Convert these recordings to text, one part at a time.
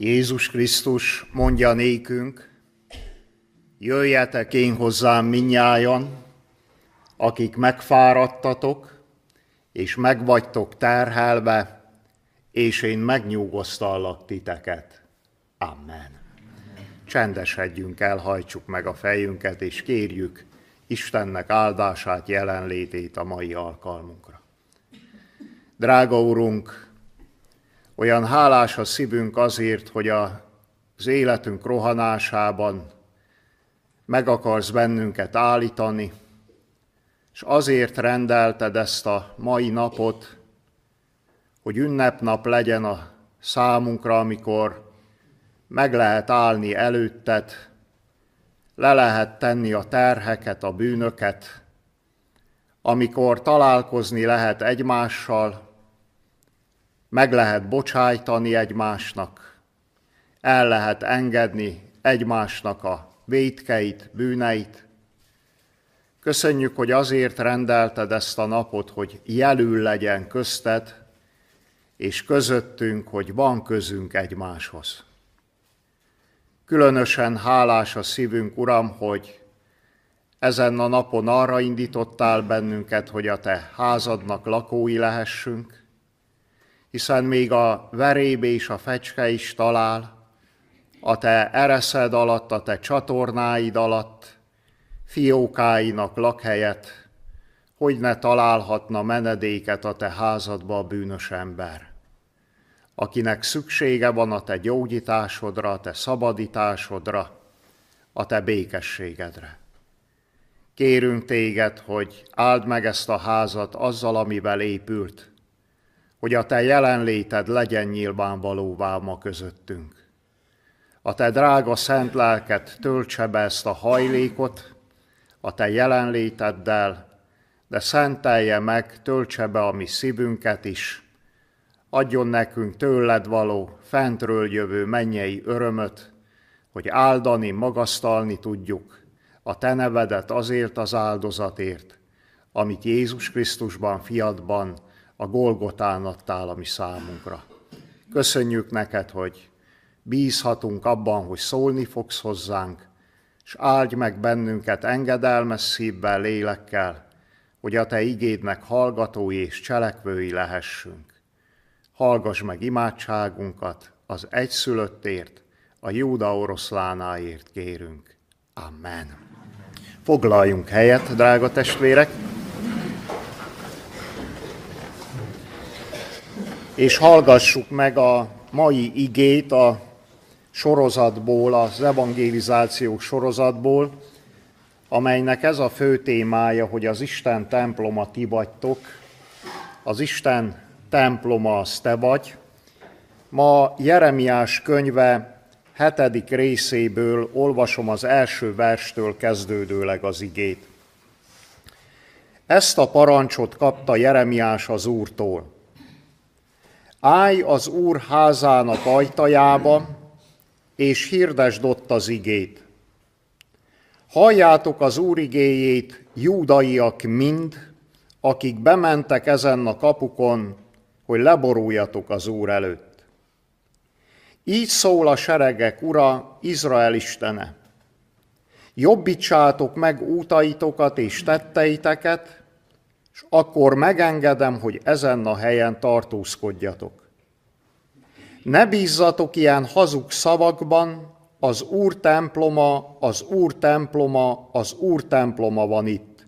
Jézus Krisztus mondja nékünk, jöjjetek én hozzám mindnyájan, akik megfáradtatok, és megvagytok terhelve, és én megnyugosztallak titeket. Amen. Csendesedjünk el, hajtsuk meg a fejünket, és kérjük Istennek áldását, jelenlétét a mai alkalmunkra. Drága Urunk, olyan hálás a szívünk azért, hogy az életünk rohanásában meg akarsz bennünket állítani, és azért rendelted ezt a mai napot, hogy ünnepnap legyen a számunkra, amikor meg lehet állni előtted, le lehet tenni a terheket, a bűnöket, amikor találkozni lehet egymással, meg lehet bocsájtani egymásnak, el lehet engedni egymásnak a vétkeit, bűneit. Köszönjük, hogy azért rendelted ezt a napot, hogy jelül legyen közted, és közöttünk, hogy van közünk egymáshoz. Különösen hálás a szívünk, Uram, hogy ezen a napon arra indítottál bennünket, hogy a te házadnak lakói lehessünk, hiszen még a veréb és a fecske is talál, a te ereszed alatt, a te csatornáid alatt, fiókáinak lakhelyet, hogy ne találhatna menedéket a te házadba a bűnös ember, akinek szüksége van a te gyógyításodra, a te szabadításodra, a te békességedre. Kérünk téged, hogy áld meg ezt a házat azzal, amivel épült, hogy a te jelenléted legyen nyilvánvalóvá ma közöttünk. A te drága szent lelked töltse be ezt a hajlékot a te jelenléteddel, de szentelje meg, töltse be a mi szívünket is, adjon nekünk tőled való, fentről jövő mennyei örömöt, hogy áldani, magasztalni tudjuk a te nevedet azért az áldozatért, amit Jézus Krisztusban, fiadban, a Golgotán adtál a mi számunkra. Köszönjük neked, hogy bízhatunk abban, hogy szólni fogsz hozzánk, és áldj meg bennünket engedelmes szívvel, lélekkel, hogy a te igédnek hallgatói és cselekvői lehessünk. Hallgass meg imádságunkat, az egyszülöttért, a Júda oroszlánáért kérünk. Amen. Foglaljunk helyet, drága testvérek, és hallgassuk meg a mai igét a sorozatból, az evangélizációs sorozatból, amelynek ez a fő témája, hogy az Isten temploma ti vagytok, az Isten temploma az te vagy. Ma Jeremiás könyve 7. részéből olvasom az első verstől kezdődőleg az igét. Ezt a parancsot kapta Jeremiás az Úrtól. Állj az Úr házának ajtajába, és hirdesd ott az igét. Halljátok az Úr igéjét, júdaiak mind, akik bementek ezen a kapukon, hogy leboruljatok az Úr előtt. Így szól a seregek Ura, Izrael Istene. Jobbítsátok meg útaitokat és tetteiteket, és akkor megengedem, hogy ezen a helyen tartózkodjatok. Ne bízzatok ilyen hazug szavakban, az Úr temploma, az Úr temploma, az Úr temploma van itt.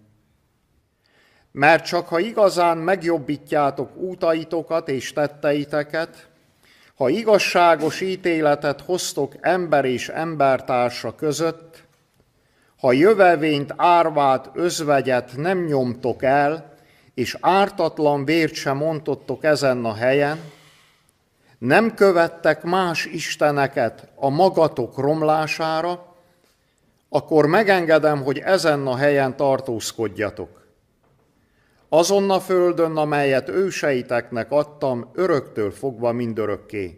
Mert csak ha igazán megjobbítjátok útaitokat és tetteiteket, ha igazságos ítéletet hoztok ember és embertársa között, ha jövevényt, árvát, özvegyet nem nyomtok el, és ártatlan vért sem ontottok ezen a helyen, nem követtek más isteneket a magatok romlására, akkor megengedem, hogy ezen a helyen tartózkodjatok. Azon a földön, amelyet őseiteknek adtam, öröktől fogva mindörökké.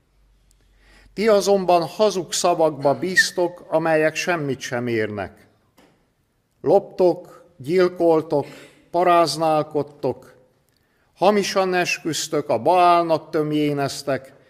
Ti azonban hazug szavakba bíztok, amelyek semmit sem érnek. Loptok, gyilkoltok, paráználkodtok, hamisan esküztök, a Baálnak tömjéneztek,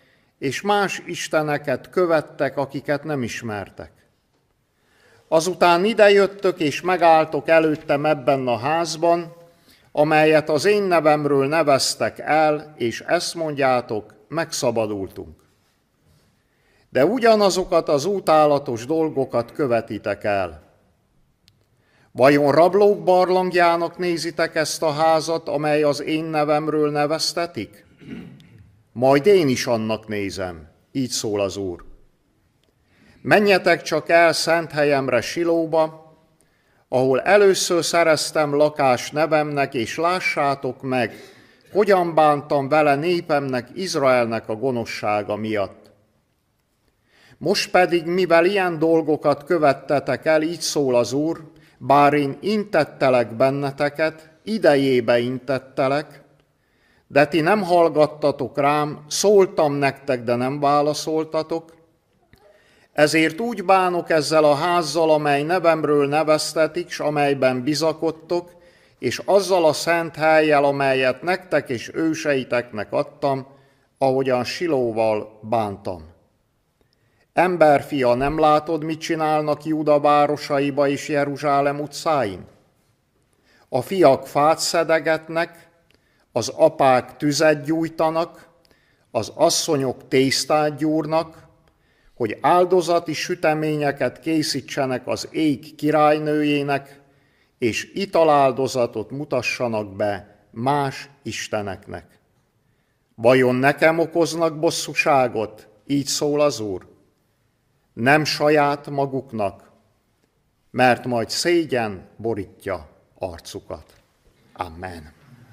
és más isteneket követtek, akiket nem ismertek. Azután idejöttök, és megálltok előttem ebben a házban, amelyet az én nevemről neveztek el, és ezt mondjátok, megszabadultunk. De ugyanazokat az utálatos dolgokat követitek el. Vajon rablók barlangjának nézitek ezt a házat, amely az én nevemről neveztetik? Majd én is annak nézem, így szól az Úr. Menjetek csak el szent helyemre, Silóba, ahol először szereztem lakást nevemnek, és lássátok meg, hogyan bántam vele népemnek, Izraelnek a gonoszsága miatt. Most pedig, mivel ilyen dolgokat követtetek el, így szól az Úr, bár én intettelek benneteket, idejébe intettelek, de ti nem hallgattatok rám, szóltam nektek, de nem válaszoltatok, ezért úgy bánok ezzel a házzal, amely nevemről neveztetik, s amelyben bizakodtok, és azzal a szent hellyel, amelyet nektek és őseiteknek adtam, ahogyan Silóval bántam. Emberfia, nem látod, mit csinálnak Júda városaiba és Jeruzsálem utcáin? A fiak fát szedegetnek, az apák tüzet gyújtanak, az asszonyok tésztát gyúrnak, hogy áldozati süteményeket készítsenek az ég királynőjének, és italáldozatot mutassanak be más isteneknek. Vajon nekem okoznak bosszúságot? Így szól az Úr. Nem saját maguknak, mert majd szégyen borítja arcukat. Amen.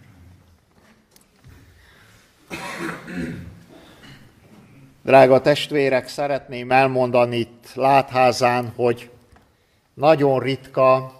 Drága testvérek, szeretném elmondani itt Látházán, hogy nagyon ritka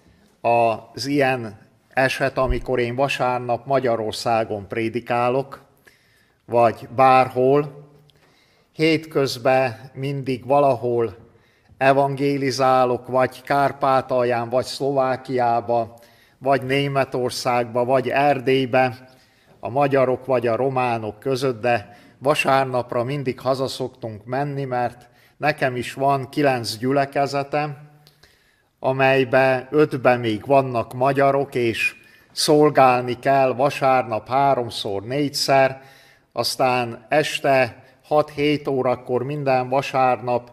az ilyen eset, amikor én vasárnap Magyarországon prédikálok, vagy bárhol. Hétközben mindig valahol evangélizálok, vagy Kárpátalján, vagy Szlovákiába, vagy Németországba, vagy Erdélybe, a magyarok vagy a románok között, de vasárnapra mindig haza szoktunk menni, mert nekem is van 9 gyülekezetem, amelyben 5-ben még vannak magyarok, és szolgálni kell vasárnap 3-szor, 4-szer, aztán este 6-7 órakor minden vasárnap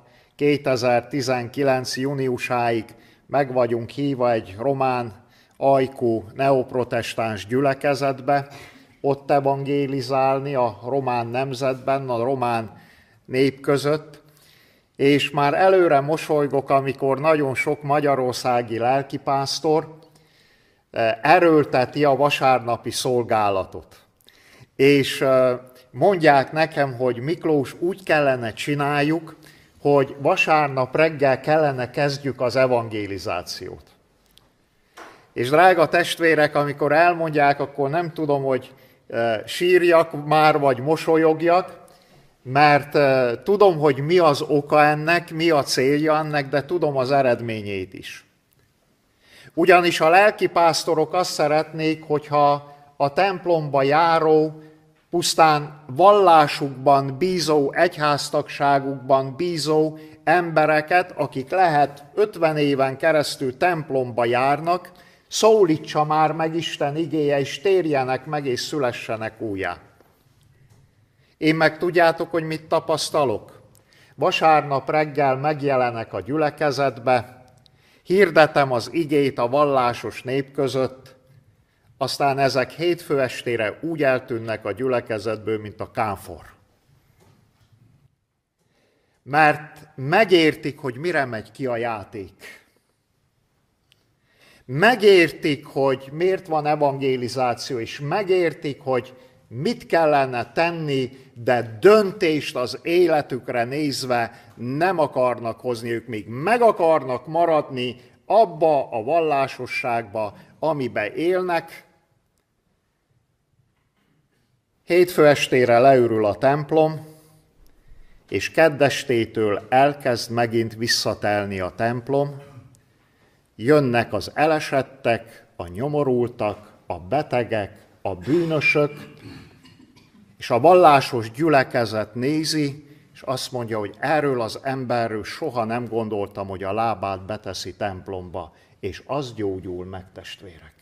2019. júniusáig meg vagyunk hívva egy román ajkú neoprotestáns gyülekezetbe, ott evangélizálni a román nemzetben, a román nép között, és már előre mosolygok, amikor nagyon sok magyarországi lelkipásztor erőlteti a vasárnapi szolgálatot. És mondják nekem, hogy Miklós, úgy kellene csináljuk, hogy vasárnap reggel kellene kezdjük az evangélizációt. És drága testvérek, amikor elmondják, akkor nem tudom, hogy sírjak már, vagy mosolyogjak, mert tudom, hogy mi az oka ennek, mi a célja ennek, de tudom az eredményét is. Ugyanis a lelkipásztorok azt szeretnék, hogyha a templomba járó, pusztán vallásukban bízó, egyháztagságukban bízó embereket, akik lehet 50 éven keresztül templomba járnak, szólítsa már meg Isten igéje, és térjenek meg, és szülessenek újjá. Én meg tudjátok, hogy mit tapasztalok? Vasárnap reggel megjelenek a gyülekezetbe, hirdetem az igét a vallásos nép között, aztán ezek hétfő estére úgy eltűnnek a gyülekezetből, mint a kámfor. Mert megértik, hogy mire megy ki a játék. Megértik, hogy miért van evangélizáció, és megértik, hogy mit kellene tenni, de döntést az életükre nézve nem akarnak hozni. Ők még meg akarnak maradni abba a vallásosságba, amiben élnek. Hétfő estére leürül a templom, és keddestétől elkezd megint visszatelni a templom. Jönnek az elesettek, a nyomorultak, a betegek, a bűnösök, és És a vallásos gyülekezet nézi, és azt mondja, hogy erről az emberről soha nem gondoltam, hogy a lábát beteszi templomba, és az gyógyul meg, testvérek.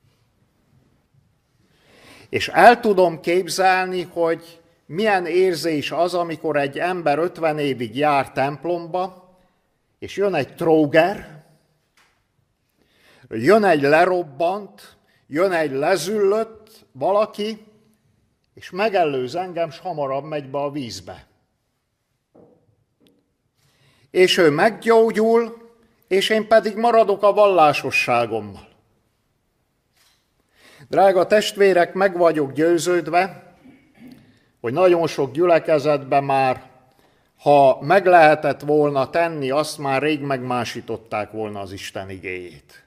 És el tudom képzelni, hogy milyen érzés az, amikor egy ember 50 évig jár templomba, és jön egy tróger, jön egy lerobbant, jön egy lezüllött valaki, és megelőz engem, s hamarabb megy be a vízbe. És ő meggyógyul, és én pedig maradok a vallásosságommal. Drága testvérek, meg vagyok győződve, hogy nagyon sok gyülekezetben már, ha meg lehetett volna tenni, azt már rég megmásították volna az Isten igéjét.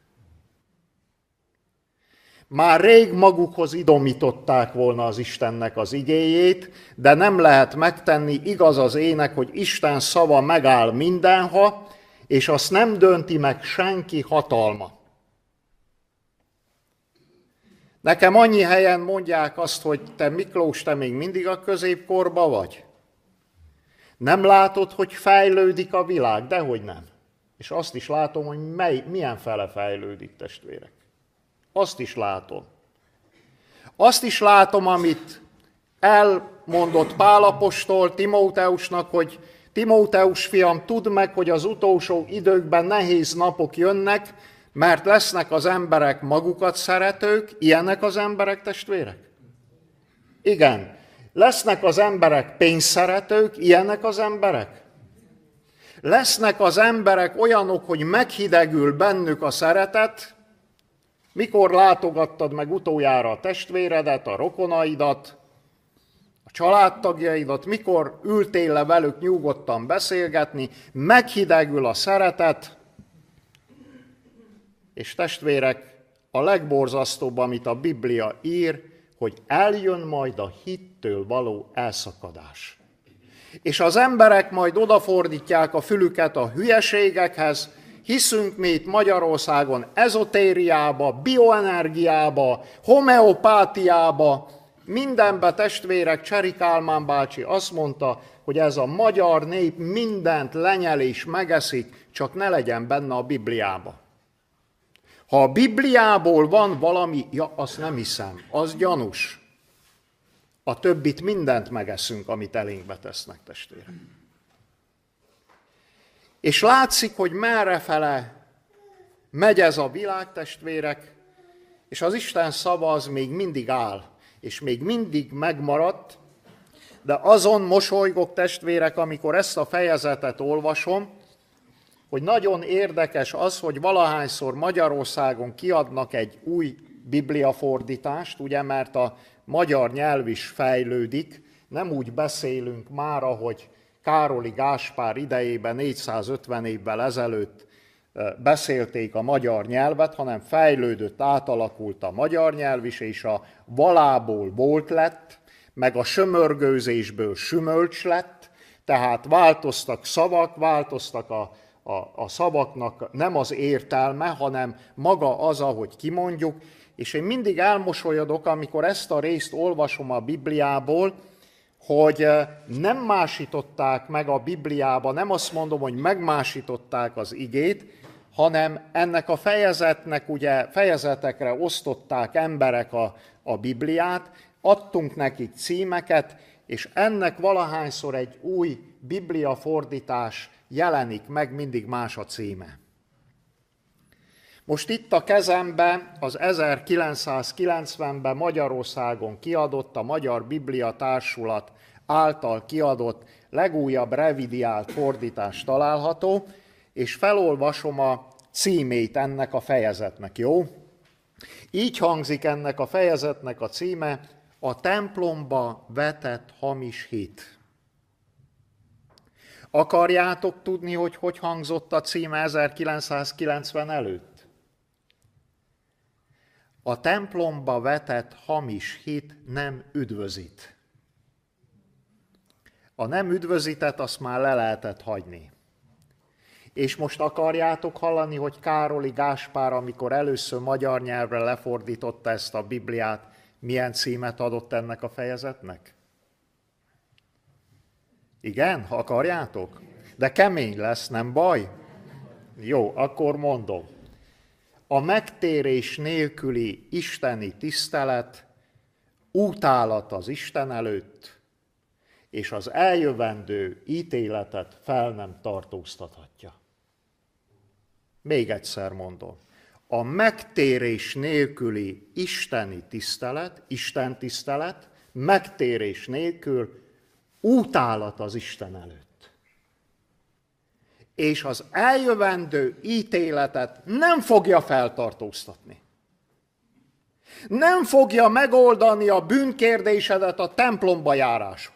Már rég magukhoz idomították volna az Istennek az igéjét, de nem lehet megtenni, igaz az ének, hogy Isten szava megáll mindenha, és azt nem dönti meg senki hatalma. Nekem annyi helyen mondják azt, hogy te Miklós, te még mindig a középkorba vagy? Nem látod, hogy fejlődik a világ? Dehogy nem. És azt is látom, hogy milyen fele fejlődik, testvérek. Azt is látom. Azt is látom, amit elmondott Pál apostol Timóteusnak, hogy Timóteus fiam, tudd meg, hogy az utolsó időkben nehéz napok jönnek, mert lesznek az emberek magukat szeretők, ilyenek az emberek, testvérek? Igen. Lesznek az emberek pénzszeretők, ilyenek az emberek? Lesznek az emberek olyanok, hogy meghidegül bennük a szeretet. Mikor látogattad meg utoljára a testvéredet, a rokonaidat, a családtagjaidat, mikor ültél le velük nyugodtan beszélgetni, meghidegül a szeretet, és testvérek, a legborzasztóbb, amit a Biblia ír, hogy eljön majd a hittől való elszakadás. És az emberek majd odafordítják a fülüket a hülyeségekhez, hiszünk mi itt Magyarországon ezotériába, bioenergiába, homeopátiába, mindenbe, testvérek. Cseri Kálmán bácsi azt mondta, hogy ez a magyar nép mindent lenyel és megeszik, csak ne legyen benne a Bibliába. Ha a Bibliából van valami, azt nem hiszem, az gyanús. A többit mindent megeszünk, amit elénkbe tesznek, testvérek. És látszik, hogy merrefele megy ez a világ, testvérek, és az Isten szava az még mindig áll, és még mindig megmaradt, de azon mosolygok, testvérek, amikor ezt a fejezetet olvasom, hogy nagyon érdekes az, hogy valahányszor Magyarországon kiadnak egy új bibliafordítást, ugye, mert a magyar nyelv is fejlődik, nem úgy beszélünk már, ahogy Károli Gáspár idejében 450 évvel ezelőtt beszélték a magyar nyelvet, hanem fejlődött, átalakult a magyar nyelv is, és a valából volt lett, meg a sömörgőzésből sümölcs lett, tehát változtak szavak, változtak a szavaknak nem az értelme, hanem maga az, ahogy kimondjuk, és én mindig elmosolyodok, amikor ezt a részt olvasom a Bibliából, hogy nem másították meg a Bibliába, nem azt mondom, hogy megmásították az igét, hanem ennek a fejezetnek, ugye fejezetekre osztották emberek a Bibliát, adtunk nekik címeket, és ennek valahányszor egy új bibliafordítás jelenik meg, mindig más a címe. Most itt a kezemben az 1990-ben Magyarországon kiadott, a Magyar Biblia Társulat által kiadott legújabb revidiált fordítás található, és felolvasom a címét ennek a fejezetnek, jó? Így hangzik ennek a fejezetnek a címe: a templomba vetett hamis hit. Akarjátok tudni, hogy hangzott a címe 1990 előtt? A templomba vetett hamis hit nem üdvözít. A nem üdvözítet azt már le lehetett hagyni. És most akarjátok hallani, hogy Károli Gáspár, amikor először magyar nyelvre lefordította ezt a Bibliát, milyen címet adott ennek a fejezetnek? Igen, akarjátok? De kemény lesz, nem baj? Jó, akkor mondom. A megtérés nélküli isteni tisztelet utálat az Isten előtt, és az eljövendő ítéletet fel nem tartóztathatja. Még egyszer mondom. A megtérés nélküli isteni tisztelet, Isten tisztelet, megtérés nélkül utálat az Isten előtt. És az eljövendő ítéletet nem fogja feltartóztatni. Nem fogja megoldani a bűnkérdésedet a templomba járásod.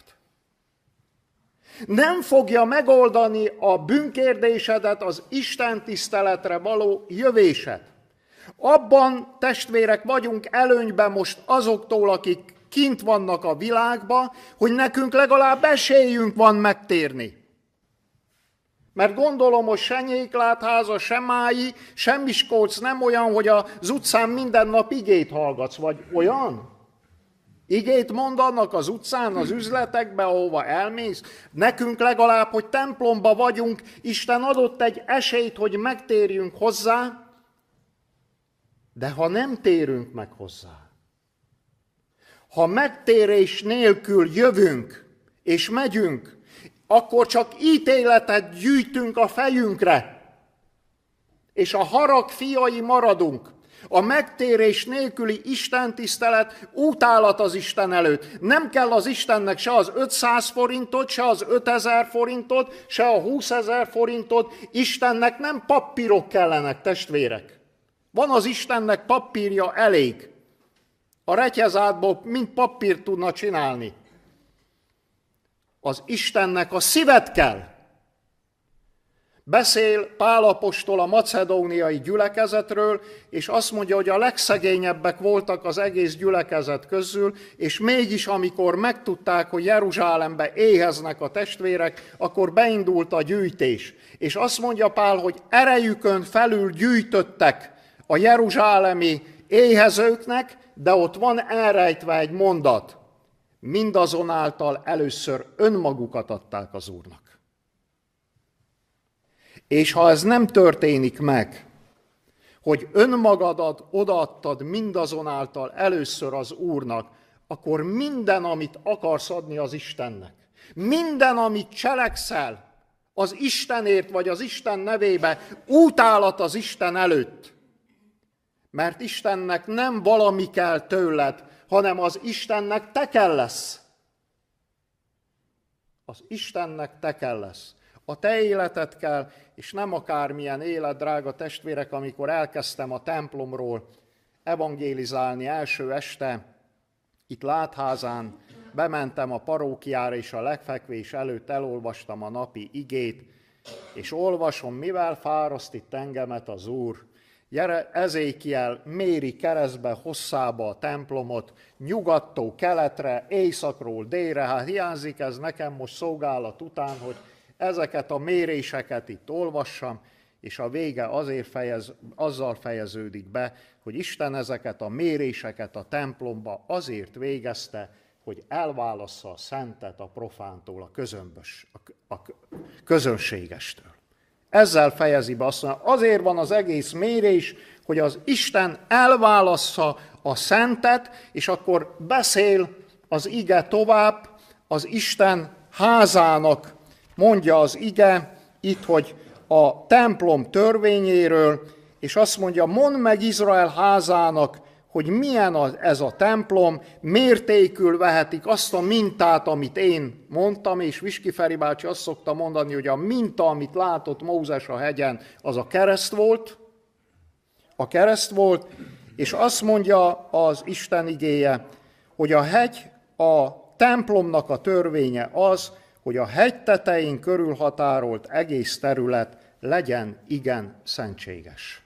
Nem fogja megoldani a bűnkérdésedet az Isten tiszteletre való jövésed. Abban, testvérek, vagyunk előnyben most azoktól, akik kint vannak a világban, hogy nekünk legalább esélyünk van megtérni. Mert gondolom, hogy se Nyéklátháza, se Mályi, se Miskolc nem olyan, hogy az utcán minden nap igét hallgatsz, vagy olyan? Igét mondanak az utcán, az üzletekbe, ahova elmész. Nekünk legalább, hogy templomba vagyunk, Isten adott egy esélyt, hogy megtérjünk hozzá, de ha nem térünk meg hozzá, ha megtérés nélkül jövünk és megyünk, akkor csak ítéletet gyűjtünk a fejünkre, és a harag fiai maradunk. A megtérés nélküli istentisztelet utálat az Isten előtt. Nem kell az Istennek se az 500 forintot, se az 5000 forintot, se a 20 000 forintot. Istennek nem papírok kellenek, testvérek. Van az Istennek papírja elég. A retyezátból mind papírt tudna csinálni. Az Istennek a szívet kell. Beszél Pál apostol a macedóniai gyülekezetről, és azt mondja, hogy a legszegényebbek voltak az egész gyülekezet közül, és mégis, amikor megtudták, hogy Jeruzsálembe éheznek a testvérek, akkor beindult a gyűjtés. És azt mondja Pál, hogy erejükön felül gyűjtöttek a jeruzsálemi éhezőknek, de ott van elrejtve egy mondat. Mindazonáltal először önmagukat adták az Úrnak. És ha ez nem történik meg, hogy önmagadat odaadtad mindazonáltal először az Úrnak, akkor minden, amit akarsz adni az Istennek, minden, amit cselekszel az Istenért vagy az Isten nevébe, utálat az Isten előtt. Mert Istennek nem valami kell tőled, hanem az Istennek te kell lesz. Az Istennek te kell lesz. A te életed kell, és nem akármilyen élet, drága testvérek, amikor elkezdtem a templomról evangélizálni első este, itt Látházán, bementem a parókiára, és a legfekvés előtt elolvastam a napi igét, és olvasom, mivel fáraszt itt engemet az Úr. Ezékiel méri keresztbe hosszába a templomot, nyugattól keletre, északról délre, hát hiányzik ez nekem most szolgálat után, hogy ezeket a méréseket itt olvassam, és a vége azzal fejeződik be, hogy Isten ezeket a méréseket a templomba azért végezte, hogy elválassza a szentet a profántól, a közönségestől. Ezzel fejezi be azt mondja, azért van az egész mérés, hogy az Isten elválassza a szentet, és akkor beszél az ige tovább, az Isten házának mondja az ige itt, hogy a templom törvényéről, és azt mondja, mondd meg Izrael házának, hogy milyen ez a templom, mértékül vehetik azt a mintát, amit én mondtam, és Viski Feri bácsi azt szokta mondani, hogy a minta, amit látott Mózes a hegyen, az a kereszt volt, és azt mondja az Isten igéje, hogy a templomnak a törvénye az, hogy a hegy tetején körülhatárolt egész terület legyen igen szentséges.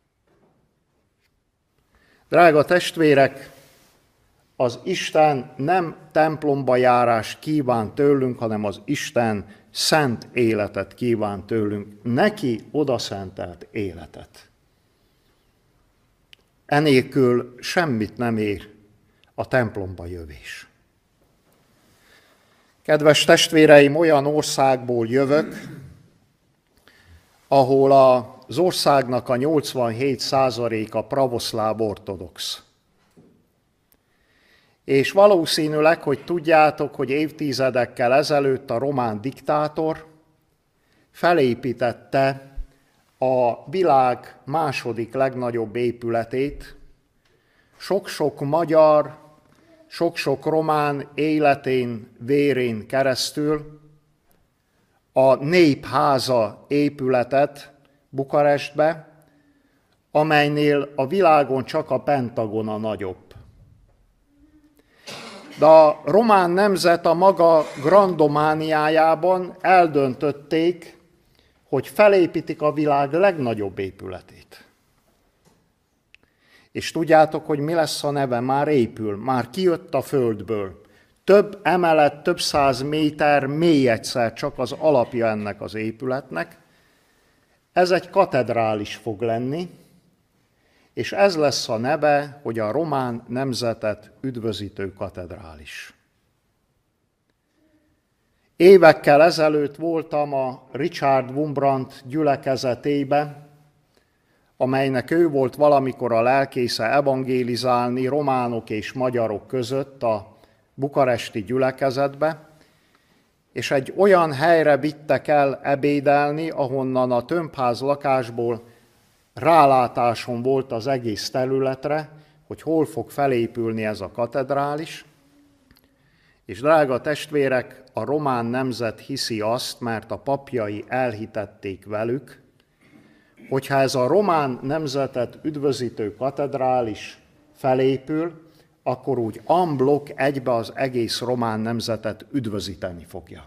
Drága testvérek, az Isten nem templomba járást kíván tőlünk, hanem az Isten szent életet kíván tőlünk, neki odaszentelt életet. Enélkül semmit nem ér a templomba jövés. Kedves testvéreim, olyan országból jövök, ahol az országnak a 87%-a pravoszláv ortodox. És valószínűleg, hogy tudjátok, hogy évtizedekkel ezelőtt a román diktátor felépítette a világ második legnagyobb épületét, sok-sok magyar, sok-sok román életén, vérén keresztül, a Népháza épületet Bukarestbe, amelynél a világon csak a Pentagon a nagyobb. De a román nemzet a maga grandomániájában eldöntötték, hogy felépítik a világ legnagyobb épületét. És tudjátok, hogy mi lesz a neve? Már épül, már kijött a földből. Több emelet, több 100 méter mély egyszer csak az alapja ennek az épületnek. Ez egy katedrális fog lenni, és ez lesz a neve, hogy a román nemzetet üdvözítő katedrális. Évekkel ezelőtt voltam a Richard Wurmbrand gyülekezetébe, amelynek ő volt valamikor a lelkésze evangélizálni románok és magyarok között a bukaresti gyülekezetbe, és egy olyan helyre vittek el ebédelni, ahonnan a tömbház lakásból rálátáson volt az egész területre, hogy hol fog felépülni ez a katedrális. És drága testvérek, a román nemzet hiszi azt, mert a papjai elhitették velük, hogyha ez a román nemzetet üdvözítő katedrális felépül, akkor úgy en bloc egybe az egész román nemzetet üdvözíteni fogja.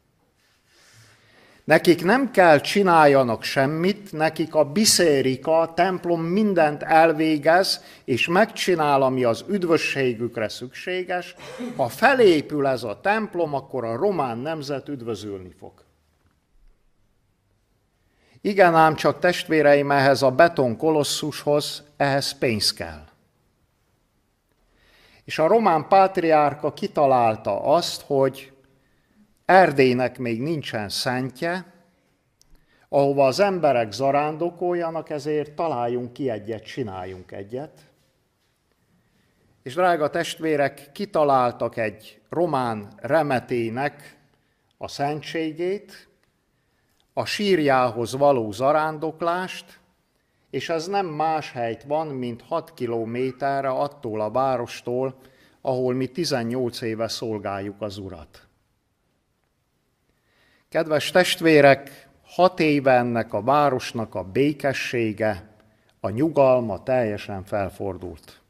Nekik nem kell csináljanak semmit, nekik a biszérika, a templom mindent elvégez, és megcsinál, ami az üdvösségükre szükséges. Ha felépül ez a templom, akkor a román nemzet üdvözülni fog. Igen ám, csak testvéreim, ehhez a beton kolosszushoz, ehhez pénz kell. És a román pátriárka kitalálta azt, hogy Erdélynek még nincsen szentje, ahova az emberek zarándokoljanak, ezért találjunk ki egyet, csináljunk egyet. És drága testvérek, kitaláltak egy román remetének a szentségét, a sírjához való zarándoklást, és ez nem más helyt van, mint 6 kilométerre attól a várostól, ahol mi 18 éve szolgáljuk az Urat. Kedves testvérek, 6 éve ennek a városnak a békessége, a nyugalma teljesen felfordult.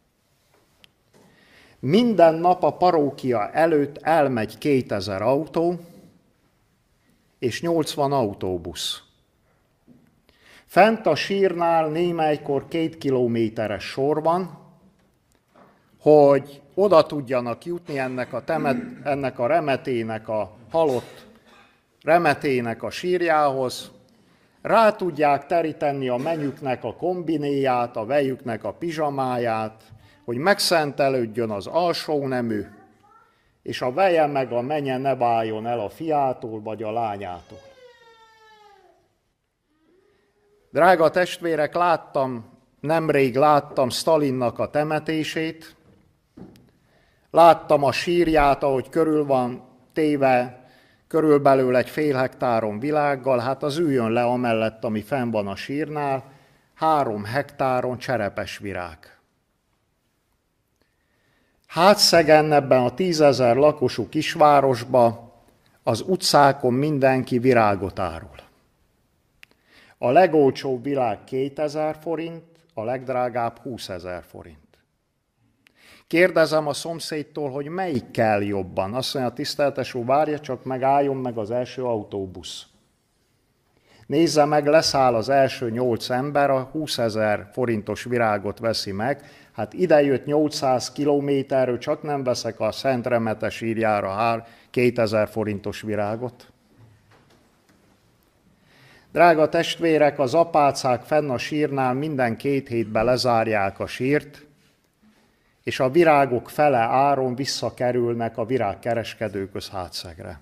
Minden nap a parókia előtt elmegy 2000 autó és 80 autóbusz. Fent a sírnál némelykor 2 kilométeres sor van, hogy oda tudjanak jutni ennek a remetének, a halott remetének a sírjához, rá tudják teríteni a menyüknek a kombinéját, a vejüknek a pizsamáját, hogy megszentelődjön az alsó nemű, és a veje meg a menye ne váljon el a fiától vagy a lányától. Drága testvérek, nemrég láttam Sztalinnak a temetését, láttam a sírját, ahogy körül van téve körülbelül egy fél hektáron világgal, hát az üljön le amellett, ami fenn van a sírnál, 3 hektáron cserepesvirág. Hátszegen ebben a 10 000 lakosú kisvárosba az utcákon mindenki virágot árul. A legolcsóbb virág 2000 forint, a legdrágább 20 000 forint. Kérdezem a szomszédtól, hogy melyik kell jobban. Azt mondja, tiszteltes úr, várja csak meg, álljon meg az első autóbusz. Nézze meg, leszáll az első 8 ember, a 20 000 forintos virágot veszi meg. Hát ide jött 800 kilométerről, csak nem veszek a Szent Remete sírjára 2000 forintos virágot. Drága testvérek, az apácák fenn a sírnál minden 2 hétben lezárják a sírt, és a virágok fele áron visszakerülnek a virágkereskedőköz Hátszegre.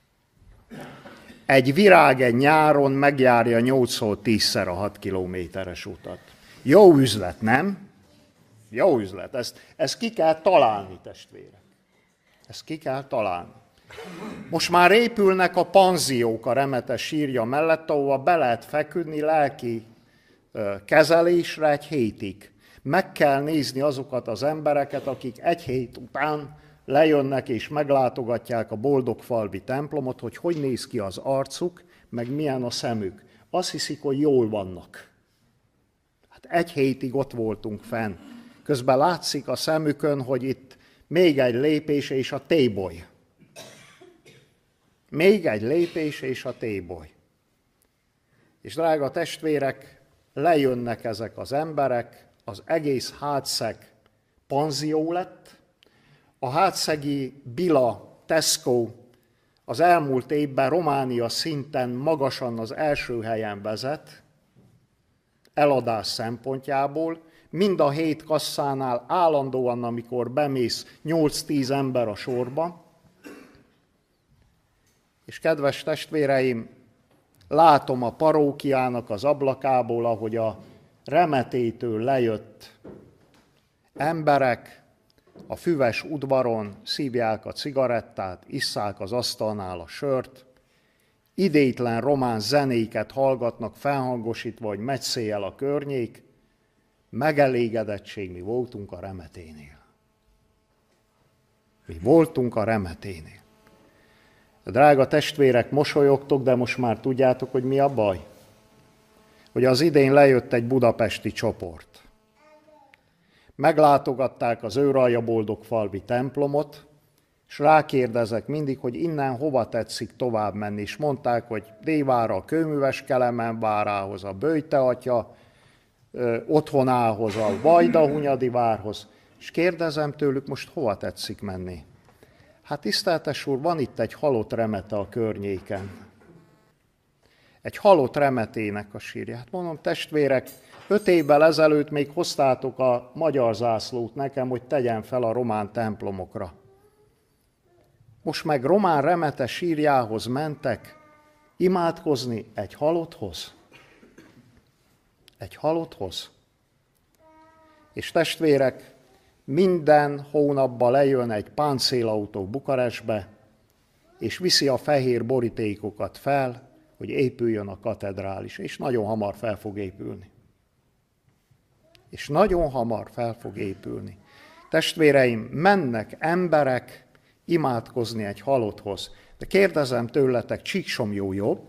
Egy virág egy nyáron megjárja 8-10-szer a 6 kilométeres utat. Jó üzlet, nem? Jó üzlet. Ezt ki kell találni, testvérek. Ezt ki kell találni. Most már épülnek a panziók a Remete sírja mellett, ahova be lehet feküdni lelki kezelésre egy hétig. Meg kell nézni azokat az embereket, akik egy hét után lejönnek és meglátogatják a Boldogfalvi templomot, hogy néz ki az arcuk, meg milyen a szemük. Azt hiszik, hogy jól vannak. Hát egy hétig ott voltunk fenn. Közben látszik a szemükön, hogy itt még egy lépés és a téboly. Még egy lépés és a téboly. És drága testvérek, lejönnek ezek az emberek, az egész Hátszeg panzió lett. A hátszegi Billa Tesco az elmúlt évben Románia szinten magasan az első helyen vezet, eladás szempontjából. Mind a 7 kasszánál állandóan, amikor bemész, 8-10 ember a sorba. És kedves testvéreim, látom a parókiának az ablakából, ahogy a Remetétől lejött emberek a füves udvaron szívják a cigarettát, isszák az asztalnál a sört, idétlen román zenéket hallgatnak felhangosítva, hogy megy széjjel a környék, megelégedettség, mi voltunk a Remeténél. Mi voltunk a Remeténél. Drága testvérek, mosolyogtok, de most már tudjátok, hogy mi a baj? Hogy az idén lejött egy budapesti csoport. Meglátogatták az Őralja Boldogfalvi templomot, és rákérdezek mindig, hogy innen hova tetszik tovább menni. És mondták, hogy Dévára, a Kőműves Kelemen várához, a Böjte atya otthonához, a Vajdahunyadi várhoz. És kérdezem tőlük, most hova tetszik menni? Hát tiszteltes úr, van itt egy halott remete a környéken. Egy halott remetének a sírja. Hát mondom, testvérek, 5 évvel ezelőtt még hoztátok a magyar zászlót nekem, hogy tegyen fel a román templomokra. Most meg román remete sírjához mentek imádkozni egy halotthoz. Egy halotthoz. És testvérek, minden hónapban lejön egy páncélautó Bukarestbe, és viszi a fehér borítékokat fel, hogy épüljön a katedrális, és nagyon hamar fel fog épülni. És nagyon hamar fel fog épülni. Testvéreim, mennek emberek imádkozni egy halotthoz. De kérdezem tőletek, Csíksomlyó jobb?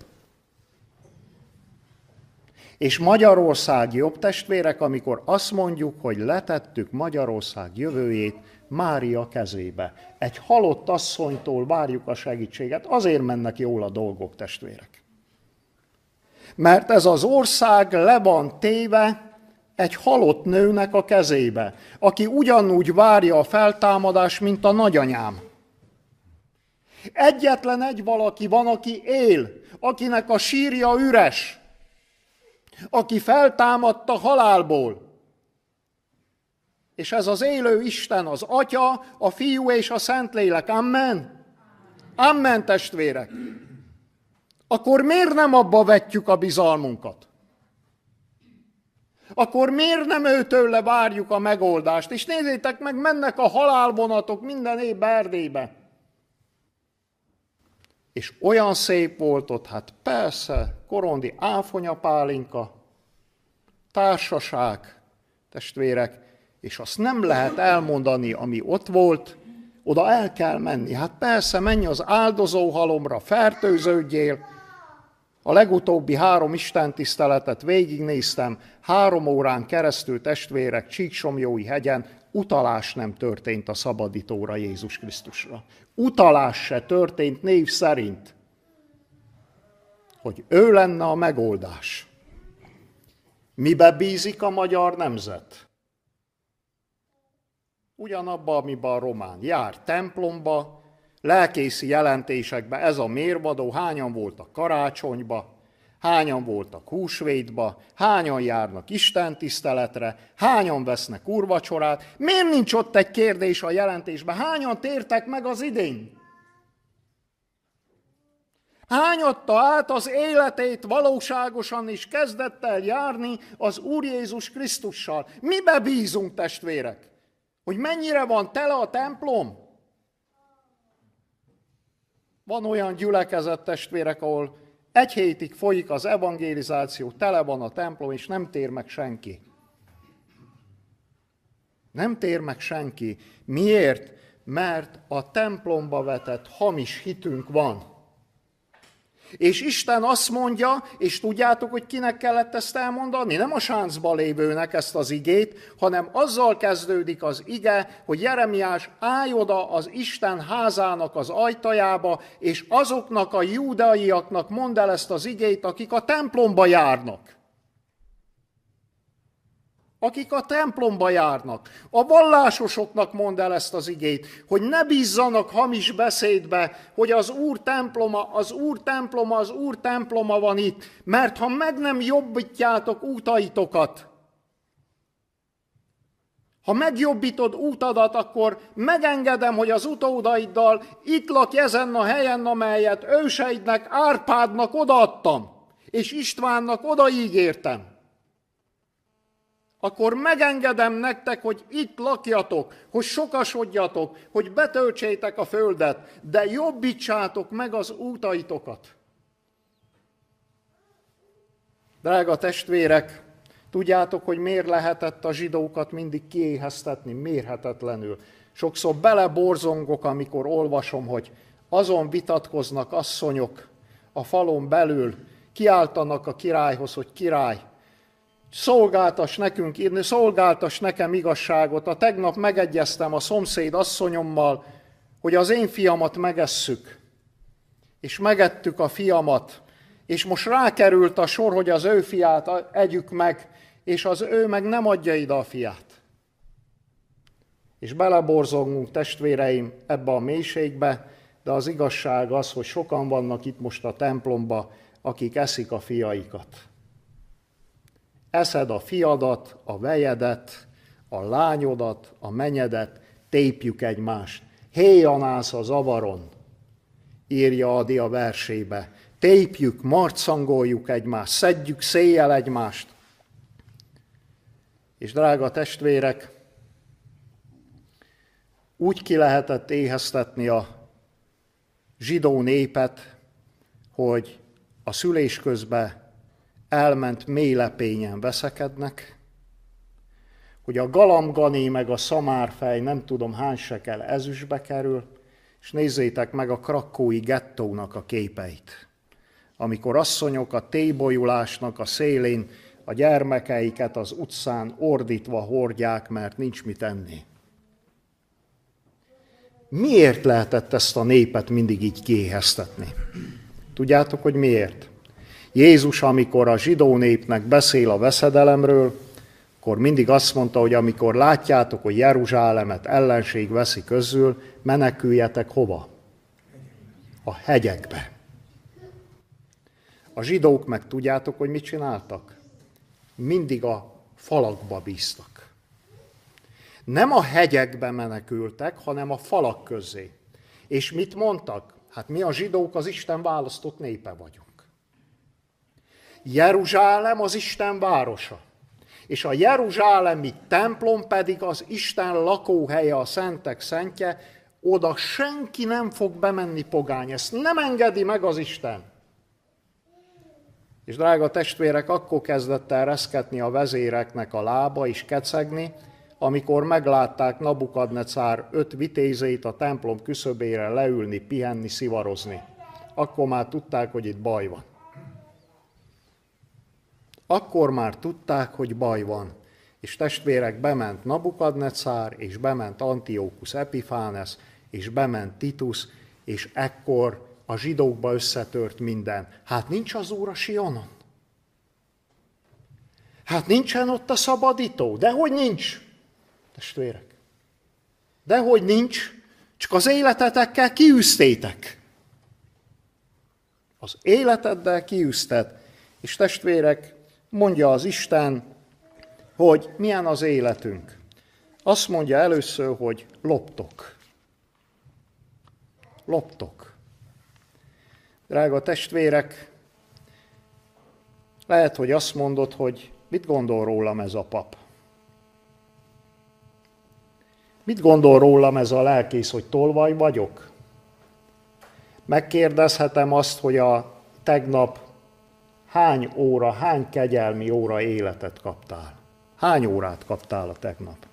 És Magyarország jobb, testvérek, amikor azt mondjuk, hogy letettük Magyarország jövőjét Mária kezébe. Egy halott asszonytól várjuk a segítséget, azért mennek jól a dolgok, testvérek. Mert ez az ország le van téve egy halott nőnek a kezébe, aki ugyanúgy várja a feltámadást, mint a nagyanyám. Egyetlen egy valaki van, aki él, akinek a sírja üres, aki feltámadt a halálból. És ez az élő Isten, az Atya, a Fiú és a Szentlélek. Amen? Amen, testvérek! Akkor miért nem abba vetjük a bizalmunkat? Akkor miért nem őtőle várjuk a megoldást? És nézzétek meg, mennek a halálvonatok minden évben Erdélybe. És olyan szép volt ott, hát persze, korondi áfonyapálinka, társaság, testvérek, és azt nem lehet elmondani, ami ott volt, oda el kell menni. Hát persze, menj az áldozóhalomra, fertőződjél. A legutóbbi 3 istentiszteletet végignéztem, 3 órán keresztül, testvérek, Csíksomlyói hegyen, utalás nem történt a szabadítóra, Jézus Krisztusra. Utalás se történt név szerint, hogy ő lenne a megoldás. Mibe bízik a magyar nemzet? Ugyanabba, amiben a román. Jár templomba, lelkészi jelentésekbe, ez a mérvadó, hányan voltak karácsonyba, Hányan voltak húsvétba, hányan járnak istentiszteletre, hányan vesznek úrvacsorát. Miért nincs ott egy kérdés a jelentésben? Hányan tértek meg az idén? Hányatta át az életét valóságosan is kezdett el járni az Úr Jézus Krisztussal? Mibe bízunk, testvérek? Hogy mennyire van tele a templom? Van olyan gyülekezet, testvérek, ahol egy hétig folyik az evangelizáció, tele van a templom, és nem tér meg senki. Nem tér meg senki. Miért? Mert a templomba vetett hamis hitünk van. És Isten azt mondja, és tudjátok, hogy kinek kellett ezt elmondani? Nem a sáncba lévőnek ezt az igét, hanem azzal kezdődik az ige, hogy Jeremiás állj oda az Isten házának az ajtajába, és azoknak a júdeaiaknak mondd el ezt az igét, akik a templomba járnak. Akik a templomba járnak. A vallásosoknak mondd el ezt az igét, hogy ne bízzanak hamis beszédbe, hogy az Úr temploma van itt. Mert ha meg nem jobbítjátok útaitokat, ha megjobbítod útadat, akkor megengedem, hogy az utódaiddal itt lakj ezen a helyen, amelyet őseidnek, Árpádnak odaadtam, és Istvánnak odaígértem. Akkor megengedem nektek, hogy itt lakjatok, hogy sokasodjatok, hogy betöltsétek a földet, de jobbítsátok meg az útaitokat. Drága testvérek, tudjátok, hogy miért lehetett a zsidókat mindig kiéheztetni? Mérhetetlenül. Sokszor beleborzongok, amikor olvasom, hogy azon vitatkoznak asszonyok a falon belül, kiáltanak a királyhoz, hogy király, szolgáltass nekem igazságot. A tegnap megegyeztem a szomszéd asszonyommal, hogy az én fiamat megesszük. És megettük a fiamat, és most rákerült a sor, hogy az ő fiát együk meg, és az ő meg nem adja ide a fiát. És beleborzongunk, testvéreim, ebbe a mélységbe, de az igazság az, hogy sokan vannak itt most a templomba, akik eszik a fiaikat. Eszed a fiadat, a vejedet, a lányodat, a menyedet, tépjük egymást. Héjanász a zavaron, írja Adi a versébe. Tépjük, marcangoljuk egymást, szedjük széjjel egymást. És drága testvérek, úgy ki lehetett éheztetni a zsidó népet, hogy a szülés közben elment mélylepényen veszekednek, hogy a galambgané meg a szamárfej nem tudom hány sekel ezüstbe kerül, és nézzétek meg a krakkói gettónak a képeit, amikor asszonyok a tébolyulásnak a szélén a gyermekeiket az utcán ordítva hordják, mert nincs mit enni. Miért lehetett ezt a népet mindig így kiéheztetni? Tudjátok, hogy miért? Jézus, amikor a zsidó népnek beszél a veszedelemről, akkor mindig azt mondta, hogy amikor látjátok, hogy Jeruzsálemet ellenség veszi közül, meneküljetek hova? A hegyekbe. A zsidók meg tudjátok, hogy mit csináltak? Mindig a falakba bíztak. Nem a hegyekbe menekültek, hanem a falak közé. És mit mondtak? Hát mi a zsidók az Isten választott népe vagyunk. Jeruzsálem az Isten városa, és a jeruzsálemi templom pedig az Isten lakóhelye, a szentek szentje, oda senki nem fog bemenni pogány, ezt nem engedi meg az Isten. És drága testvérek, akkor kezdett el reszketni a vezéreknek a lába és kecegni, amikor meglátták Nabukadnecár 5 vitézét a templom küszöbére leülni, pihenni, szivarozni. Akkor már tudták, hogy itt baj van. Akkor már tudták, hogy baj van. És testvérek, bement Nabukadnecár, és bement Antiókusz Epifánes, és bement Titus, és ekkor a zsidókba összetört minden. Hát nincs az Úr a Sionon? Hát nincsen ott a szabadító? Dehogy nincs, testvérek. Dehogy nincs, csak az életetekkel kiűztétek. Az életeddel kiűzted, És testvérek, mondja az Isten, hogy milyen az életünk. Azt mondja először, hogy loptok. Loptok. Drága testvérek, lehet, hogy azt mondod, hogy mit gondol rólam ez a pap? Mit gondol rólam ez a lelkész, hogy tolvaj vagyok? Megkérdezhetem azt, hogy a tegnap hány óra, hány kegyelmi óra életet kaptál? Hány órát kaptál a tegnap?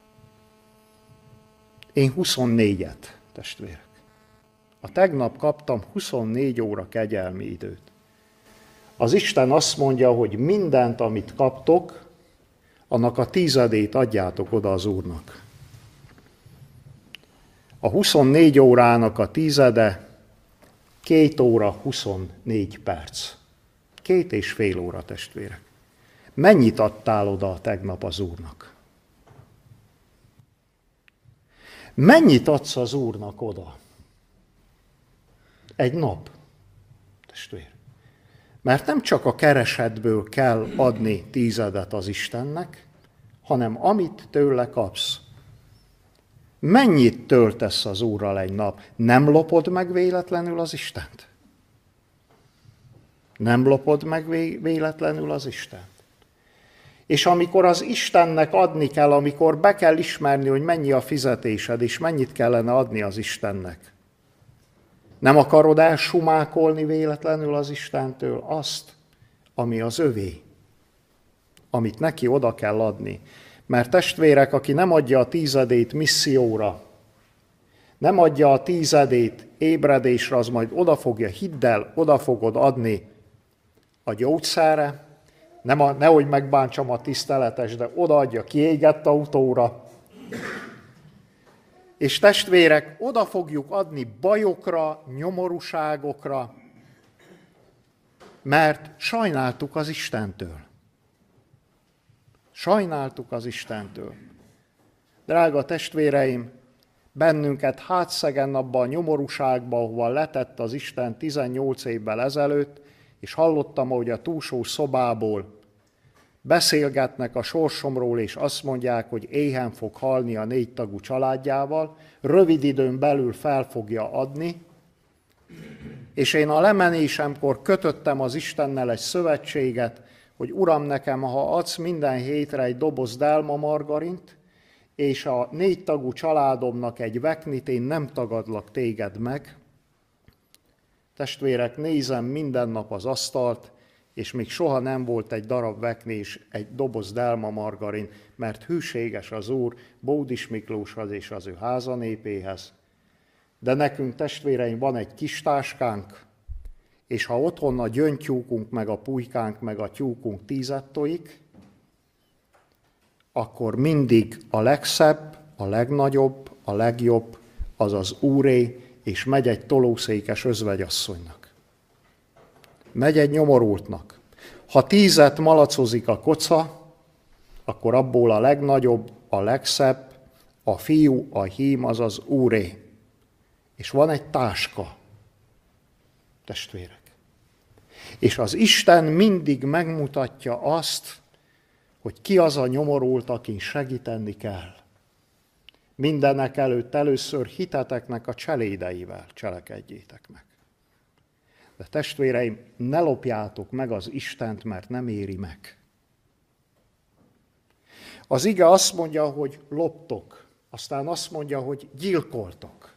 Én 24-et, testvérek. A tegnap kaptam 24 óra kegyelmi időt. Az Isten azt mondja, hogy mindent, amit kaptok, annak a 10-ét adjátok oda az Úrnak. A 24 órának a 10-e 2 óra 24 perc. 2,5 óra, testvérek. Mennyit adtál oda tegnap az Úrnak? Mennyit adsz az Úrnak oda? Egy nap, testvér. Mert nem csak a keresetből kell adni 10-edet az Istennek, hanem amit tőle kapsz. Mennyit töltesz az Úrral egy nap? Nem lopod meg véletlenül az Istent? Nem lopod meg véletlenül az Istent? És amikor az Istennek adni kell, amikor be kell ismerni, hogy mennyi a fizetésed, és mennyit kellene adni az Istennek, nem akarod elsumákolni véletlenül az Istentől azt, ami az övé, amit neki oda kell adni. Mert testvérek, aki nem adja a 10-ét misszióra, nem adja a 10-ét ébredésre, az majd odafogja, hidd el, oda fogod adni a gyógyszerre, nehogy megbántsam a tiszteletes, de odaadja kiégett autóra. És testvérek, oda fogjuk adni bajokra, nyomorúságokra, mert sajnáltuk az Istentől. Sajnáltuk az Istentől. Drága testvéreim, bennünket hátszegen abba a nyomorúságba, ahova letett az Isten 18 évvel ezelőtt, és hallottam, ahogy a túlsó szobából beszélgetnek a sorsomról, és azt mondják, hogy éhen fog halni a 4 tagú családjával, rövid időn belül fel fogja adni, és én a lemenésemkor kötöttem az Istennel egy szövetséget, hogy Uram, nekem, ha adsz minden hétre egy doboz delma margarint, és a 4 tagú családomnak egy veknit, én nem tagadlak téged meg. Testvérek, nézem minden nap az asztalt, és még soha nem volt egy darab vekni és egy doboz delma margarin, mert hűséges az Úr Bódis Miklóshoz és az ő házanépéhez. De nekünk, testvéreim, van egy kis táskánk, és ha otthon a gyöngytyúkunk, meg a pulykánk, meg a tyúkunk 10-et tojik, akkor mindig a legszebb, a legnagyobb, a legjobb az az Úré, és megy egy tolószékes özvegyasszonynak. Megy egy nyomorultnak. Ha 10-et malacozik a koca, akkor abból a legnagyobb, a legszebb, a fiú, a hím, az az Úré. És van egy táska, testvérek. És az Isten mindig megmutatja azt, hogy ki az a nyomorult, akin segíteni kell. Mindenek előtt először hiteteknek a cselédeivel cselekedjétek meg. De testvéreim, ne lopjátok meg az Istent, mert nem éri meg. Az ige azt mondja, hogy loptok, aztán azt mondja, hogy gyilkoltok.